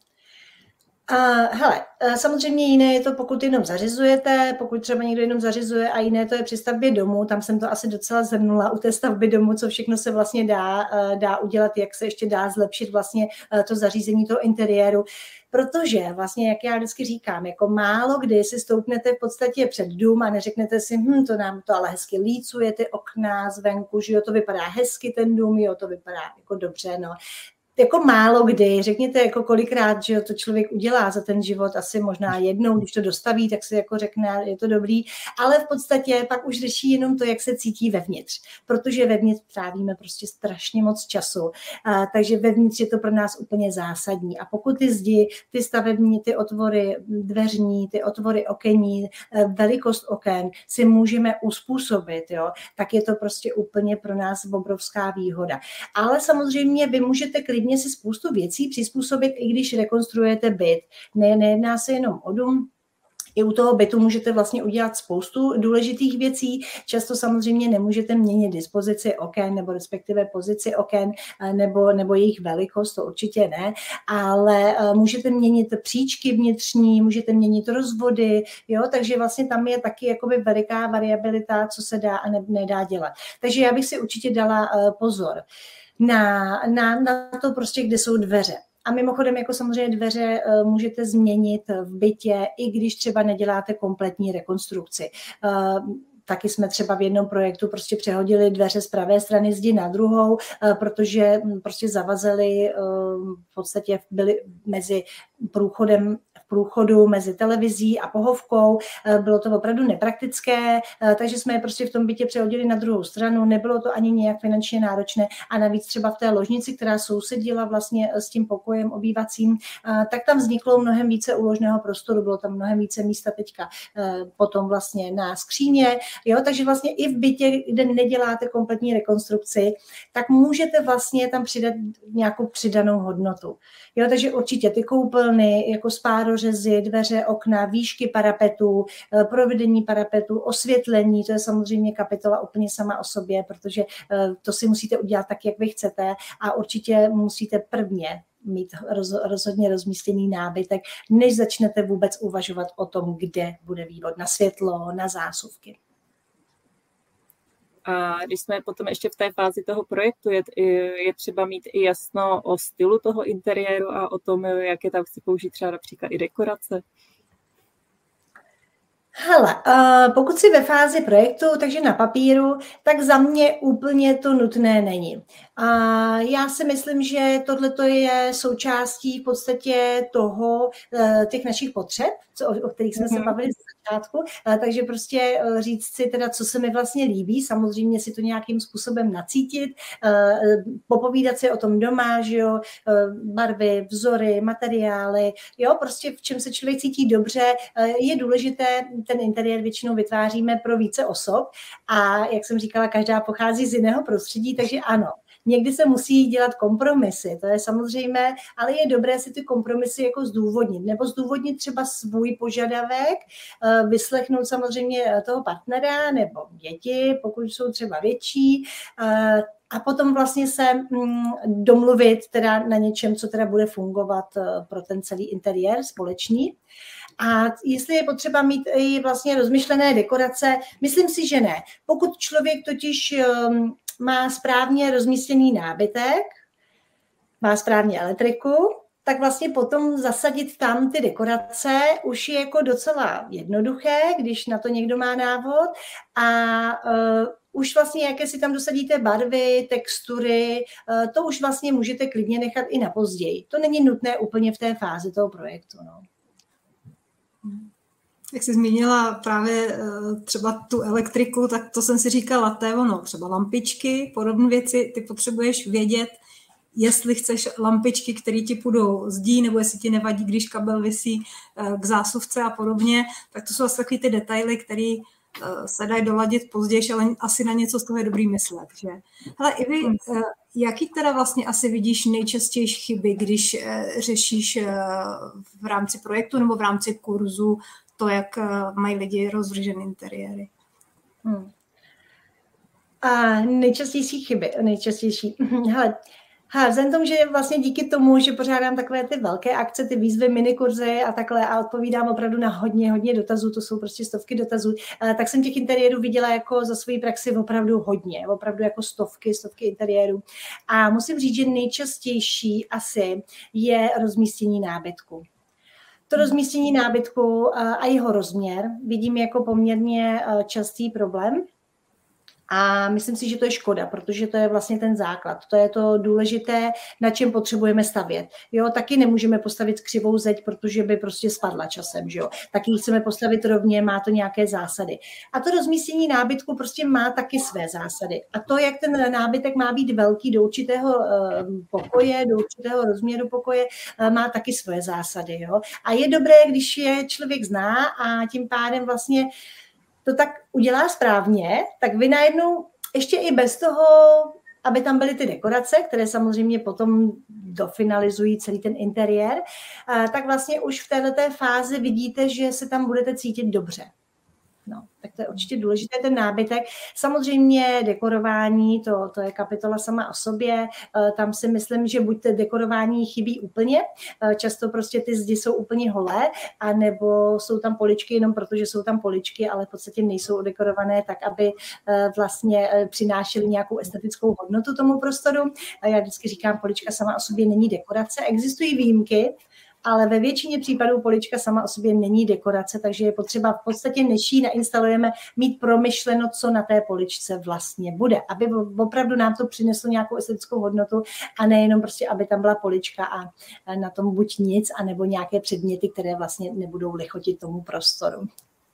Uh, hele, uh, samozřejmě jiné je to, pokud jenom zařizujete, pokud třeba někdo jenom zařizuje a jiné to je při stavbě domu, tam jsem to asi docela zhrnula u té stavby domu, co všechno se vlastně dá, uh, dá udělat, jak se ještě dá zlepšit vlastně uh, to zařízení toho interiéru, protože vlastně, jak já vždycky říkám, jako málo kdy si stoupnete v podstatě před dům a neřeknete si, hm, to nám to ale hezky lícuje, ty okna zvenku, že jo, to vypadá hezky ten dům, jo, to vypadá jako dobře, no. Jako málo kdy, řekněte jako kolikrát, že to člověk udělá za ten život, asi možná jednou, když to dostaví, tak si jako řekne, je to dobrý, ale v podstatě pak už řeší jenom to, jak se cítí vevnitř, protože vevnitř trávíme prostě strašně moc času, a, takže vevnitř je to pro nás úplně zásadní a pokud ty zdi, ty stavební, ty otvory dveřní, ty otvory okenní, velikost oken si můžeme uspůsobit, jo, tak je to prostě úplně pro nás obrovská výhoda. Ale samozřejmě vy můžete klidně si spoustu věcí přizpůsobit, i když rekonstruujete byt. Ne, nejedná se jenom o dům, i u toho bytu můžete vlastně udělat spoustu důležitých věcí. Často samozřejmě nemůžete měnit dispozici oken nebo respektive pozici oken nebo, nebo jejich velikost, to určitě ne, ale můžete měnit příčky vnitřní, můžete měnit rozvody, jo, takže vlastně tam je taky jakoby veliká variabilita, co se dá a ne, nedá dělat. Takže já bych si určitě dala pozor na, na, na to prostě, kde jsou dveře. A mimochodem, jako samozřejmě dveře můžete změnit v bytě, i když třeba neděláte kompletní rekonstrukci. Taky jsme třeba v jednom projektu prostě přehodili dveře z pravé strany zdi na druhou, protože prostě zavazely, v podstatě byly mezi průchodem v průchodu mezi televizí a pohovkou. Bylo to opravdu nepraktické, takže jsme je prostě v tom bytě přehodili na druhou stranu. Nebylo to ani nějak finančně náročné a navíc třeba v té ložnici, která sousedila vlastně s tím pokojem obývacím, tak tam vzniklo mnohem více úložného prostoru, bylo tam mnohem více místa teďka potom vlastně na skříně, Jo, takže vlastně i v bytě, kde neděláte kompletní rekonstrukci, tak můžete vlastně tam přidat nějakou přidanou hodnotu. Jo, takže určitě ty koupelny, jako spádořezy, dveře, okna, výšky parapetů, provedení parapetů, osvětlení, to je samozřejmě kapitola úplně sama o sobě, protože to si musíte udělat tak, jak vy chcete a určitě musíte prvně mít roz, rozhodně rozmístěný nábytek, než začnete vůbec uvažovat o tom, kde bude vývod na světlo, na zásuvky. A když jsme potom ještě v té fázi toho projektu, je, je třeba mít i jasno o stylu toho interiéru a o tom, jaké tam chci použít třeba například i dekorace. Hele, pokud jsi ve fázi projektu, takže na papíru, tak za mě úplně to nutné není. A já si myslím, že tohleto je součástí v podstatě toho, těch našich potřeb, o kterých jsme mm-hmm. se bavili z začátku, takže prostě říct si teda, co se mi vlastně líbí, samozřejmě si to nějakým způsobem nacítit, popovídat si o tom doma, že jo, barvy, vzory, materiály, jo, prostě v čem se člověk cítí dobře, je důležité, ten interiér většinou vytváříme pro více osob a jak jsem říkala, každá pochází z jiného prostředí, takže ano, někdy se musí dělat kompromisy, to je samozřejmé, ale je dobré si ty kompromisy jako zdůvodnit, nebo zdůvodnit třeba svůj požadavek, vyslechnout samozřejmě toho partnera nebo děti, pokud jsou třeba větší, a potom vlastně se domluvit teda na něčem, co teda bude fungovat pro ten celý interiér společný. A jestli je potřeba mít i vlastně rozmyšlené dekorace, myslím si, že ne. Pokud člověk totiž má správně rozmístěný nábytek, má správně elektriku, tak vlastně potom zasadit tam ty dekorace už je jako docela jednoduché, když na to někdo má návod a uh, už vlastně, jaké si tam dosadíte barvy, textury, uh, to už vlastně můžete klidně nechat i na později. To není nutné úplně v té fázi toho projektu. No. Jak jsi zmínila právě třeba tu elektriku, tak to jsem si říkala, to je ono, třeba lampičky, podobné věci, ty potřebuješ vědět, jestli chceš lampičky, které ti půjdou zdí, nebo jestli ti nevadí, když kabel visí k zásuvce a podobně, tak to jsou asi takový ty detaily, které se dají doladit později, ale asi na něco z toho je dobrý myslet. Že? Hele, Ivi, jaký teda vlastně asi vidíš nejčastější chyby, když řešíš v rámci projektu nebo v rámci kurzu to, jak mají lidi rozvržené interiéry? Hmm. A nejčastější chyby, nejčastější. Hele, Ha, vzhledem tomu, že vlastně díky tomu, že pořádám takové ty velké akce, ty výzvy, minikurzy a takhle a odpovídám opravdu na hodně, hodně dotazů, to jsou prostě stovky dotazů, tak jsem těch interiérů viděla jako za svoji praxi opravdu hodně, opravdu jako stovky, stovky interiérů. A musím říct, že nejčastější asi je rozmístění nábytku. To rozmístění nábytku a jeho rozměr vidím jako poměrně častý problém. A myslím si, že to je škoda, protože to je vlastně ten základ. To je to důležité, na čem potřebujeme stavět. Jo, taky nemůžeme postavit křivou zeď, protože by prostě spadla časem, že jo. Taky ji chceme postavit rovně, má to nějaké zásady. A to rozmístění nábytku prostě má taky své zásady. A to, jak ten nábytek má být velký do určitého pokoje, do určitého rozměru pokoje, má taky svoje zásady, jo. A je dobré, když je člověk zná a tím pádem vlastně to tak udělá správně, tak vy najednou ještě i bez toho, aby tam byly ty dekorace, které samozřejmě potom dofinalizují celý ten interiér, tak vlastně už v této fázi vidíte, že se tam budete cítit dobře. No, tak to je určitě důležité, ten nábytek. Samozřejmě dekorování, to, to je kapitola sama o sobě. Tam si myslím, že buď to dekorování chybí úplně, často prostě ty zdi jsou úplně holé, anebo jsou tam poličky jenom proto, že jsou tam poličky, ale v podstatě nejsou odekorované tak, aby vlastně přinášely nějakou estetickou hodnotu tomu prostoru. A já vždycky říkám, polička sama o sobě není dekorace. Existují výjimky, ale ve většině případů polička sama o sobě není dekorace, takže je potřeba v podstatě, než ji nainstalujeme, mít promyšleno, co na té poličce vlastně bude, aby opravdu nám to přineslo nějakou estetickou hodnotu a nejenom prostě, aby tam byla polička a na tom buď nic, anebo nějaké předměty, které vlastně nebudou lichotit tomu prostoru.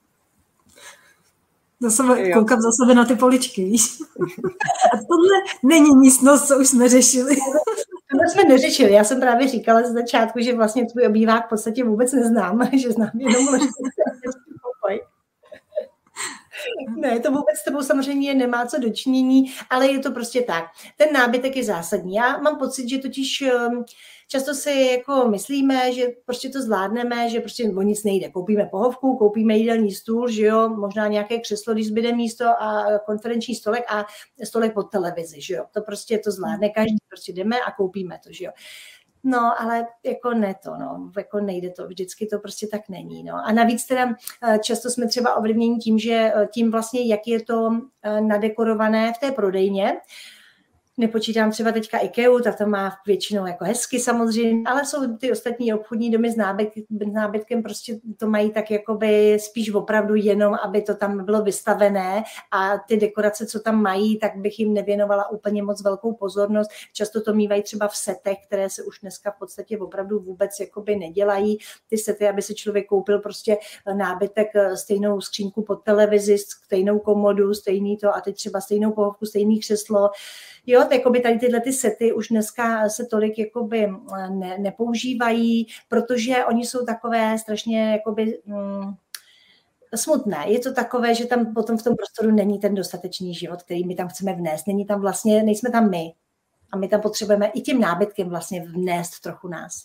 Za sebe, koukám za sebe na ty poličky, víš? A tohle není místnost, co už jsme řešili. Tohle jsme neřešili. Já jsem právě říkala z začátku, že vlastně tvůj obývák v podstatě vůbec neznám, že znám jenom ložnici. Ne, to vůbec s tebou samozřejmě nemá co dočinění, ale je to prostě tak. Ten nábytek je zásadní. Já mám pocit, že totiž často si jako myslíme, že prostě to zvládneme, že prostě o nic nejde. Koupíme pohovku, koupíme jídelní stůl, že jo, možná nějaké křeslo, když zbyde místo a konferenční stolek a stolek pod televizi, že jo. To prostě to zvládne každý, prostě jdeme a koupíme to, že jo. No, ale jako ne to, no, jako nejde to, vždycky to prostě tak není, no. A navíc teda často jsme třeba ovlivněni tím, že tím vlastně, jak je to nadekorované v té prodejně. Nepočítám třeba teďka IKEA, tak to má většinou jako hezky samozřejmě, ale jsou ty ostatní obchodní domy s, nábyt, s nábytkem, prostě to mají tak jakoby spíš opravdu jenom, aby to tam bylo vystavené a ty dekorace, co tam mají, tak bych jim nevěnovala úplně moc velkou pozornost. Často to mývají třeba v setech, které se už dneska v podstatě opravdu vůbec jakoby nedělají. Ty sety, aby si člověk koupil prostě nábytek, stejnou skřínku pod televizi, stejnou komodu, stejný to a teď třeba stejnou pohovku, stejný křeslo. Jo, jakoby tady tyhle ty sety už dneska se tolik jakoby ne, nepoužívají, protože oni jsou takové strašně jakoby mm, smutné. Je to takové, že tam potom v tom prostoru není ten dostatečný život, který my tam chceme vnést. Není tam vlastně, nejsme tam my. A my tam potřebujeme i tím nábytkem vlastně vnést trochu nás.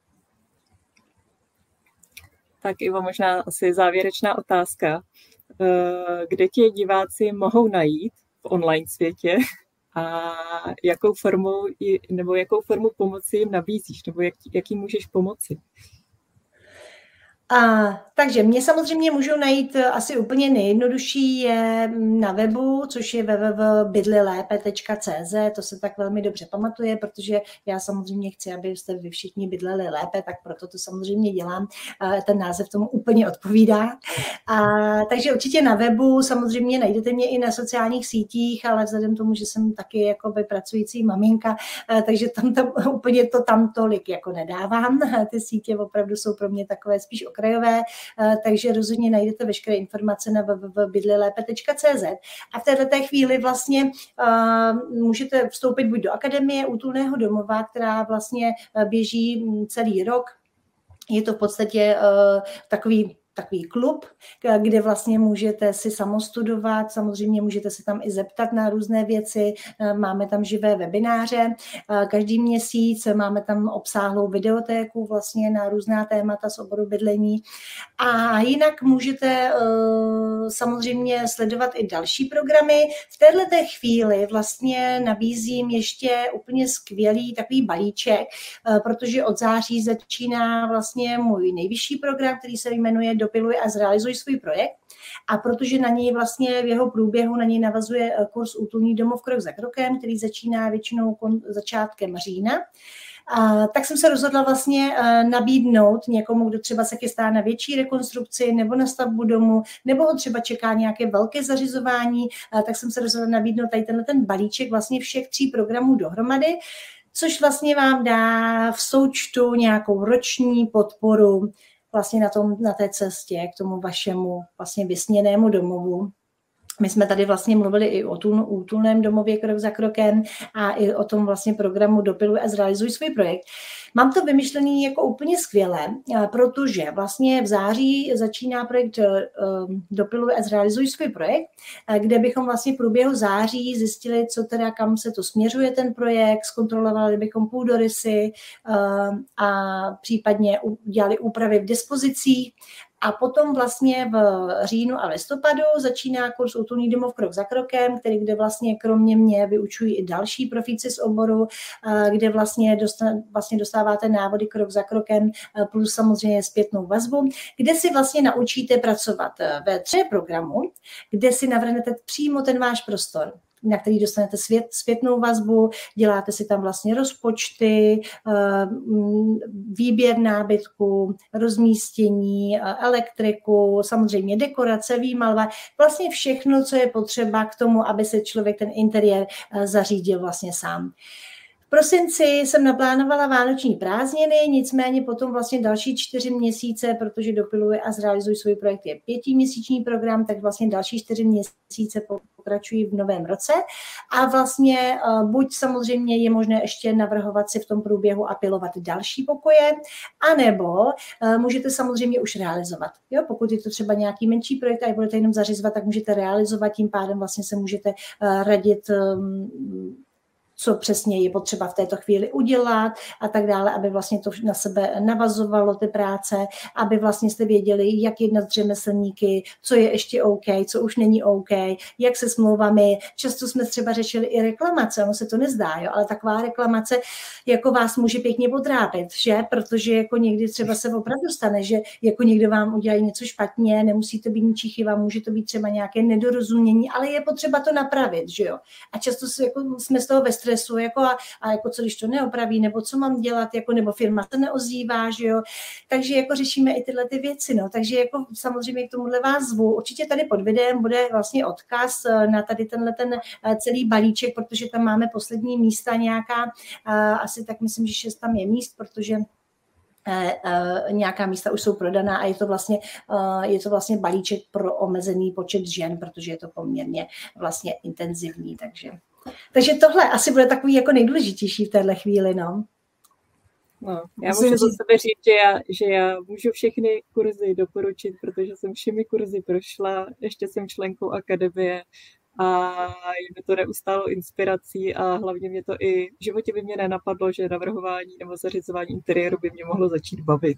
Tak Ivo, možná asi závěrečná otázka. Kde tě diváci mohou najít v online světě? A jakou formou, nebo jakou formu pomoci jim nabízíš, nebo jak, jak jim můžeš pomoci? A, takže mě samozřejmě můžou najít asi úplně nejjednodušší je na webu, což je w w w tečka bydli lépe tečka c z, to se tak velmi dobře pamatuje, protože já samozřejmě chci, abyste vy všichni bydleli lépe, tak proto to samozřejmě dělám, ten název tomu úplně odpovídá. A, takže určitě na webu, samozřejmě najdete mě i na sociálních sítích, ale vzhledem k tomu, že jsem taky jakoby pracující maminka, takže tam, tam úplně to tam tolik jako nedávám, ty sítě opravdu jsou pro mě takové spíš okrajové, takže rozhodně najdete veškeré informace na w w w tečka bydli lépe tečka c z a v této chvíli vlastně uh, můžete vstoupit buď do Akademie útulného domova, která vlastně běží celý rok. Je to v podstatě uh, takový takový klub, kde vlastně můžete si samostudovat, samozřejmě můžete se tam i zeptat na různé věci, máme tam živé webináře, každý měsíc máme tam obsáhlou videotéku vlastně na různá témata z oboru bydlení a jinak můžete samozřejmě sledovat i další programy. V této chvíli vlastně nabízím ještě úplně skvělý takový balíček, protože od září začíná vlastně můj nejvyšší program, který se jmenuje Dopiluj a zrealizuj svůj projekt. A protože na něj vlastně v jeho průběhu na něj navazuje kurz Útulný domov krok za krokem, který začíná většinou začátkem října, a tak jsem se rozhodla vlastně nabídnout někomu, kdo třeba se chystá na větší rekonstrukci nebo na stavbu domu, nebo ho třeba čeká nějaké velké zařizování, tak jsem se rozhodla nabídnout tady tenhle ten balíček vlastně všech tří programů dohromady, což vlastně vám dá v součtu nějakou roční podporu vlastně na, tom, na té cestě k tomu vašemu vlastně vysněnému domovu. My jsme tady vlastně mluvili i o útulném domově krok za krokem a i o tom vlastně programu Dopiluj a zrealizuj svůj projekt. Mám to vymyšlený jako úplně skvěle, protože vlastně v září začíná projekt Dopiluj a zrealizuj svůj projekt, kde bychom vlastně v průběhu září zjistili, co teda, kam se to směřuje ten projekt, zkontrolovali bychom půdorysy a případně udělali úpravy v dispozicích. A potom vlastně v říjnu a listopadu začíná kurz Útulný domov krok za krokem, který, kde vlastně kromě mě vyučují i další profíci z oboru, kde vlastně, dosta, vlastně dostáváte návody krok za krokem plus samozřejmě zpětnou vazbu, kde si vlastně naučíte pracovat ve třech programu, kde si navrhnete přímo ten váš prostor, na který dostanete svět, zpětnou vazbu, děláte si tam vlastně rozpočty, výběr nábytku, rozmístění, elektriku, samozřejmě dekorace, výmalba, vlastně všechno, co je potřeba k tomu, aby se člověk ten interiér zařídil vlastně sám. V prosinci jsem naplánovala vánoční prázdniny, nicméně potom vlastně další čtyři měsíce, protože dopiluji a zrealizuji svůj projekt, je pětiměsíční program, tak vlastně další čtyři měsíce pokračují v novém roce a vlastně buď samozřejmě je možné ještě navrhovat si v tom průběhu a pilovat další pokoje, anebo můžete samozřejmě už realizovat. Jo? Pokud je to třeba nějaký menší projekt a budete jenom zařizovat, tak můžete realizovat, tím pádem vlastně se můžete radit, co přesně je potřeba v této chvíli udělat a tak dále, aby vlastně to na sebe navazovalo ty práce, aby vlastně jste věděli, jak jednat s řemeslníky, co je ještě OK, co už není OK, jak se smlouvami. Často jsme třeba řešili i reklamace, ono se to nezdá, jo, ale taková reklamace jako vás může pěkně potrápit, že? Protože jako někdy třeba se opravdu stane, že jako někdo vám udělá něco špatně, nemusí to být ničí chyba, může to být třeba nějaké nedorozumění, ale je potřeba to napravit, že jo. A často se, jako, jsme z toho ve stresu, jako a, a jako co když to neopraví, nebo co mám dělat, jako, nebo firma se neozývá, že jo. Takže jako řešíme i tyhle ty věci, no. Takže jako samozřejmě k tomuhle vás zvu. Určitě tady pod videem bude vlastně odkaz na tady tenhle ten celý balíček, protože tam máme poslední místa nějaká, asi tak myslím, že šest tam je míst, protože nějaká místa už jsou prodaná a je to vlastně, je to vlastně balíček pro omezený počet žen, protože je to poměrně vlastně intenzivní, takže Takže tohle asi bude takový jako nejdůležitější v téhle chvíli, no. No, já můžu za sebe říct, že já, že já můžu všechny kurzy doporučit, protože jsem všemi kurzy prošla, ještě jsem členkou akademie a je mi to neustálou inspirací a hlavně mě to i v životě by mě nenapadlo, že navrhování nebo zařizování interiéru by mě mohlo začít bavit.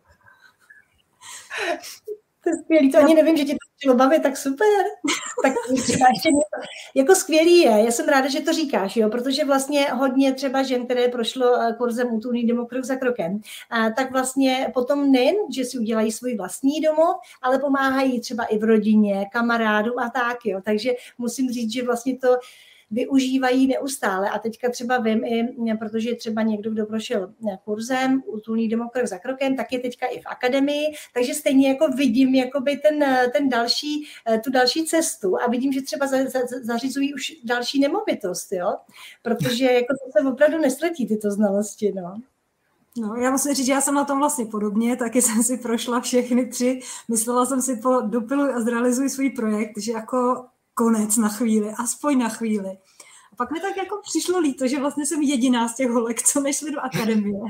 To je skvělý, to ani nevím, že tě to chtělo bavit, tak super. Tak třeba ještě něco. Jako skvělý je, já jsem ráda, že to říkáš, jo, protože vlastně hodně třeba žen, které prošlo kurzem Útulný domov krok za krokem, a tak vlastně potom nejen, že si udělají svůj vlastní domov, ale pomáhají třeba i v rodině, kamarádům a tak, jo. Takže musím říct, že vlastně to využívají neustále. A teďka třeba vím, i, protože třeba někdo, kdo prošel kurzem Útulný domov krok za krokem, tak je teďka i v akademii, takže stejně jako vidím jakoby ten, ten další, tu další cestu a vidím, že třeba za, za, zařizují už další nemovitost, jo? Protože jako to se opravdu nestratí tyto znalosti, no. No, já musím říct, že já jsem na tom vlastně podobně, taky jsem si prošla všechny tři, myslela jsem si po dopiluj a zrealizuj svůj projekt, že jako konec na chvíli, aspoň na chvíli. A pak mi tak jako přišlo líto, že vlastně jsem jediná z těch holek, co nešly do akademie.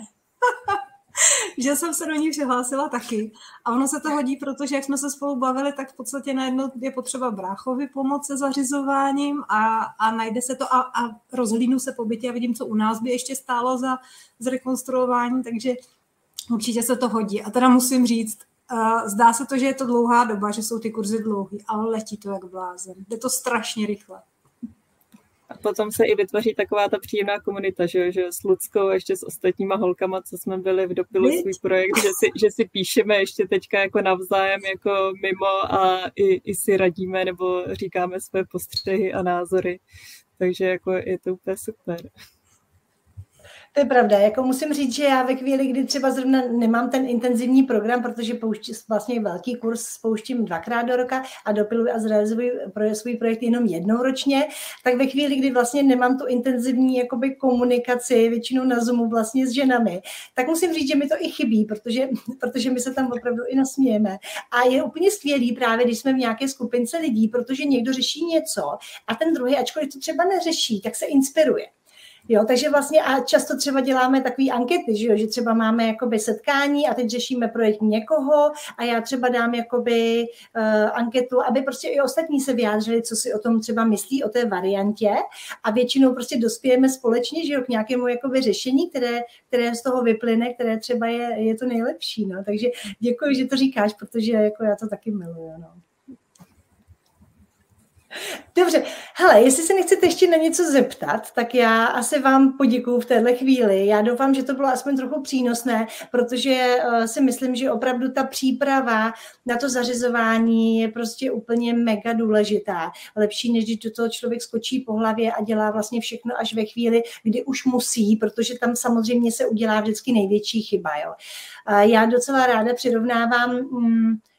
Že jsem se do ní přihlásila taky. A ono se to hodí, protože jak jsme se spolu bavili, tak v podstatě najednou je potřeba bráchovi pomoct se zařizováním a, a najde se to a, a rozhlídnu se po bytě a vidím, co u nás by ještě stálo za zrekonstruování, takže určitě se to hodí. A teda musím říct, Uh, zdá se to, že je to dlouhá doba, že jsou ty kurzy dlouhý, ale letí to jak blázen. Jde to strašně rychle. A potom se i vytvoří taková ta příjemná komunita, že, že s Luckou a ještě s ostatníma holkama, co jsme byli v dopilu svůj projekt, že si, že si píšeme ještě teďka jako navzájem jako mimo a i, i si radíme nebo říkáme své postřehy a názory. Takže jako je to úplně super. To je pravda, jako musím říct, že já ve chvíli, kdy třeba zrovna nemám ten intenzivní program, protože pouští, vlastně velký kurz spouštím dvakrát do roka a dopiluji a zrealizuji pro svůj projekt jenom jednou ročně, tak ve chvíli, kdy vlastně nemám tu intenzivní jakoby komunikaci, většinou na Zoomu vlastně s ženami, tak musím říct, že mi to i chybí, protože, protože my se tam opravdu i nasmějeme. A je úplně skvělý právě, když jsme v nějaké skupince lidí, protože někdo řeší něco a ten druhý, ačkoliv to třeba neřeší, tak se inspiruje. Jo, takže vlastně a často třeba děláme takové ankety, že, jo, že třeba máme jakoby setkání a teď řešíme projekt někoho a já třeba dám jakoby uh, anketu, aby prostě i ostatní se vyjádřili, co si o tom třeba myslí, o té variantě a většinou prostě dospějeme společně, že jo, k nějakému jakoby řešení, které, které z toho vyplyne, které třeba je, je to nejlepší, no. Takže děkuji, že to říkáš, protože jako já to taky miluju, no. Dobře, hele, jestli se nechcete ještě na něco zeptat, tak já asi vám poděkuju v téhle chvíli. Já doufám, že to bylo aspoň trochu přínosné, protože uh, si myslím, že opravdu ta příprava na to zařizování je prostě úplně mega důležitá. Lepší, než když do toho člověk skočí po hlavě a dělá vlastně všechno až ve chvíli, kdy už musí, protože tam samozřejmě se udělá vždycky největší chyba. Jo. Uh, já docela ráda přirovnávám... Um,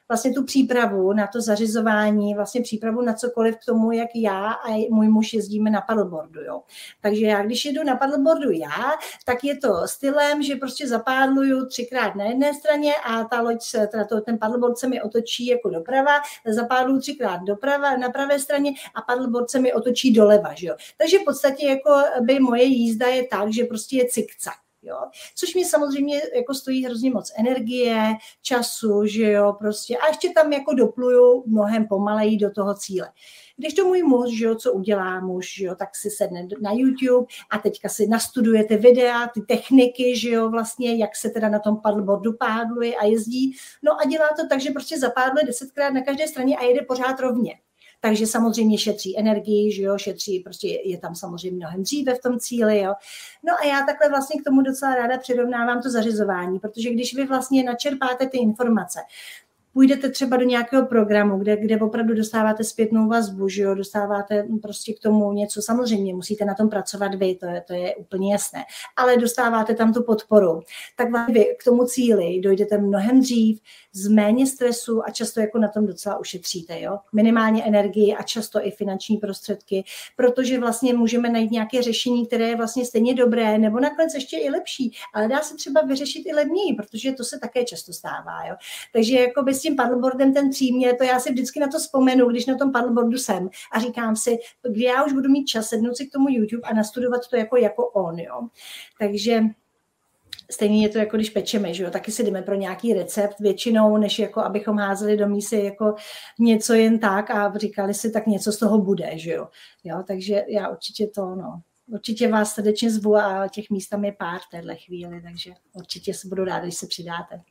vlastně tu přípravu na to zařizování, vlastně přípravu na cokoliv k tomu, jak já a můj muž jezdíme na paddleboardu, jo. Takže já, když jedu na paddleboardu já, tak je to stylem, že prostě zapádluju třikrát na jedné straně a ta loď, teda to, ten paddleboard se mi otočí jako doprava, zapádluju třikrát doprava, na pravé straně a paddleboard se mi otočí doleva, že jo. Takže v podstatě jako by moje jízda je tak, že prostě je cikcak. Jo? Což mi samozřejmě jako stojí hrozně moc energie, času, že jo, prostě. A ještě tam jako dopluju mnohem pomaleji do toho cíle. Když to můj muž, že jo, co udělá muž, že jo, tak si sedne na YouTube a teďka si nastudujete videa, ty techniky, že jo, vlastně, jak se teda na tom paddleboardu pádluje a jezdí. No a dělá to tak, že prostě zapádluje desetkrát na každé straně a jede pořád rovně. Takže samozřejmě šetří energii, že jo, šetří, prostě je, je tam samozřejmě mnohem dříve v tom cíli, jo. No a já takhle vlastně k tomu docela ráda přirovnávám to zařizování, protože když vy vlastně načerpáte ty informace, půjdete třeba do nějakého programu, kde, kde opravdu dostáváte zpětnou vazbu, že jo, dostáváte prostě k tomu něco, samozřejmě musíte na tom pracovat vy, to je, to je úplně jasné, ale dostáváte tam tu podporu, tak vy k tomu cíli dojdete mnohem dřív, z méně stresu a často jako na tom docela ušetříte, jo, minimálně energii a často i finanční prostředky, protože vlastně můžeme najít nějaké řešení, které je vlastně stejně dobré, nebo nakonec ještě i lepší, ale dá se třeba vyřešit i levněji, protože to se také často stává, jo, takže jako s tím paddleboardem ten příměr, to já si vždycky na to vzpomenu, když na tom paddleboardu jsem a říkám si, kdy já už budu mít čas sednout si k tomu YouTube a nastudovat to jako, jako on, jo. Takže stejně je to jako když pečeme, že jo, taky si jdeme pro nějaký recept většinou, než jako abychom házeli do mísy jako něco jen tak a říkali si, tak něco z toho bude, že jo. Jo, takže já určitě to, no, určitě vás srdečně zvu a těch míst tam je pár v téhle chvíli, takže určitě se budu ráda, když se přidáte.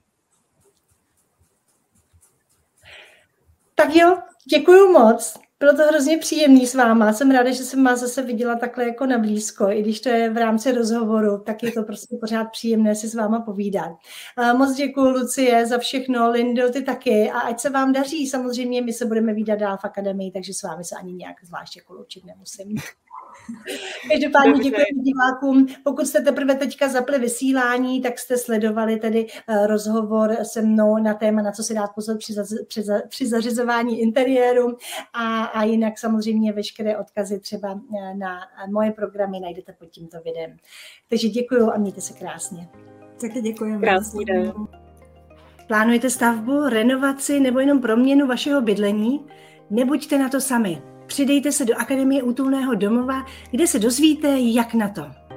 Tak jo, děkuju moc. Bylo to hrozně příjemný s váma. Jsem ráda, že jsem vás zase viděla takhle jako na blízko. I když to je v rámci rozhovoru, tak je to prostě pořád příjemné si s váma povídat. Moc děkuju, Lucie, za všechno. Lindo, ty taky. A ať se vám daří. Samozřejmě my se budeme vídat dál v akademii, takže s vámi se ani nějak zvlášť jako loučit nemusím. Každopádně děkuji divákům. Pokud jste teprve teďka zapli vysílání, tak jste sledovali tedy rozhovor se mnou na téma, na co si dát pozor při, za, při, za, při zařizování interiéru a, a jinak samozřejmě veškeré odkazy třeba na moje programy najdete pod tímto videem. Takže děkuji a mějte se krásně. Taky děkujeme. Krásný den. Plánujete stavbu, renovaci nebo jenom proměnu vašeho bydlení? Nebuďte na to sami. Přidejte se do Akademie útulného domova, kde se dozvíte, jak na to.